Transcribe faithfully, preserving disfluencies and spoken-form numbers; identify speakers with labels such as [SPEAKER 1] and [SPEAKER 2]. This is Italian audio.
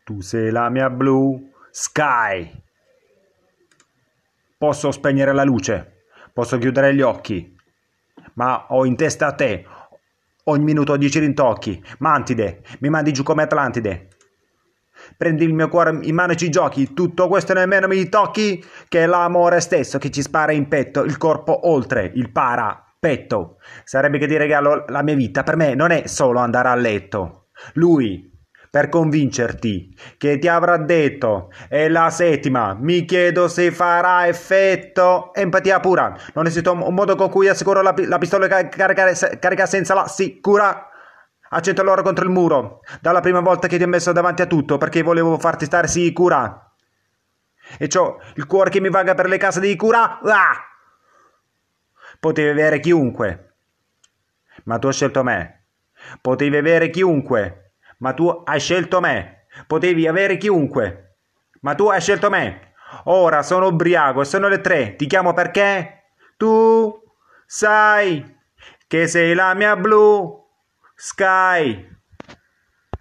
[SPEAKER 1] Tu sei la mia blue sky. Posso spegnere la luce, posso chiudere gli occhi, ma ho in testa a te. Ogni minuto ho dieci rintocchi. Mantide, mi mandi giù come Atlantide. Prendi il mio cuore in mano e ci giochi. Tutto questo nemmeno mi tocchi. Che è l'amore stesso che ci spara in petto. Il corpo oltre il parapetto. Sarebbe che ti regalo la mia vita. Per me non è solo andare a letto. Lui, per convincerti, che ti avrà detto è la settima. Mi chiedo se farà effetto. Empatia pura. Non esiste un modo con cui assicuro la, la pistola carica, carica senza la sicura. Accento l'oro contro il muro. Dalla prima volta che ti ho messo davanti a tutto, perché volevo farti stare sicura. E c'ho il cuore che mi vaga per le case di cura. Ah! Potevi avere chiunque, ma tu hai scelto me. Potevi avere chiunque, ma tu hai scelto me. Potevi avere chiunque, ma tu hai scelto me. Ora sono ubriaco e sono le tre. Ti chiamo perché tu sai che sei la mia blu sky.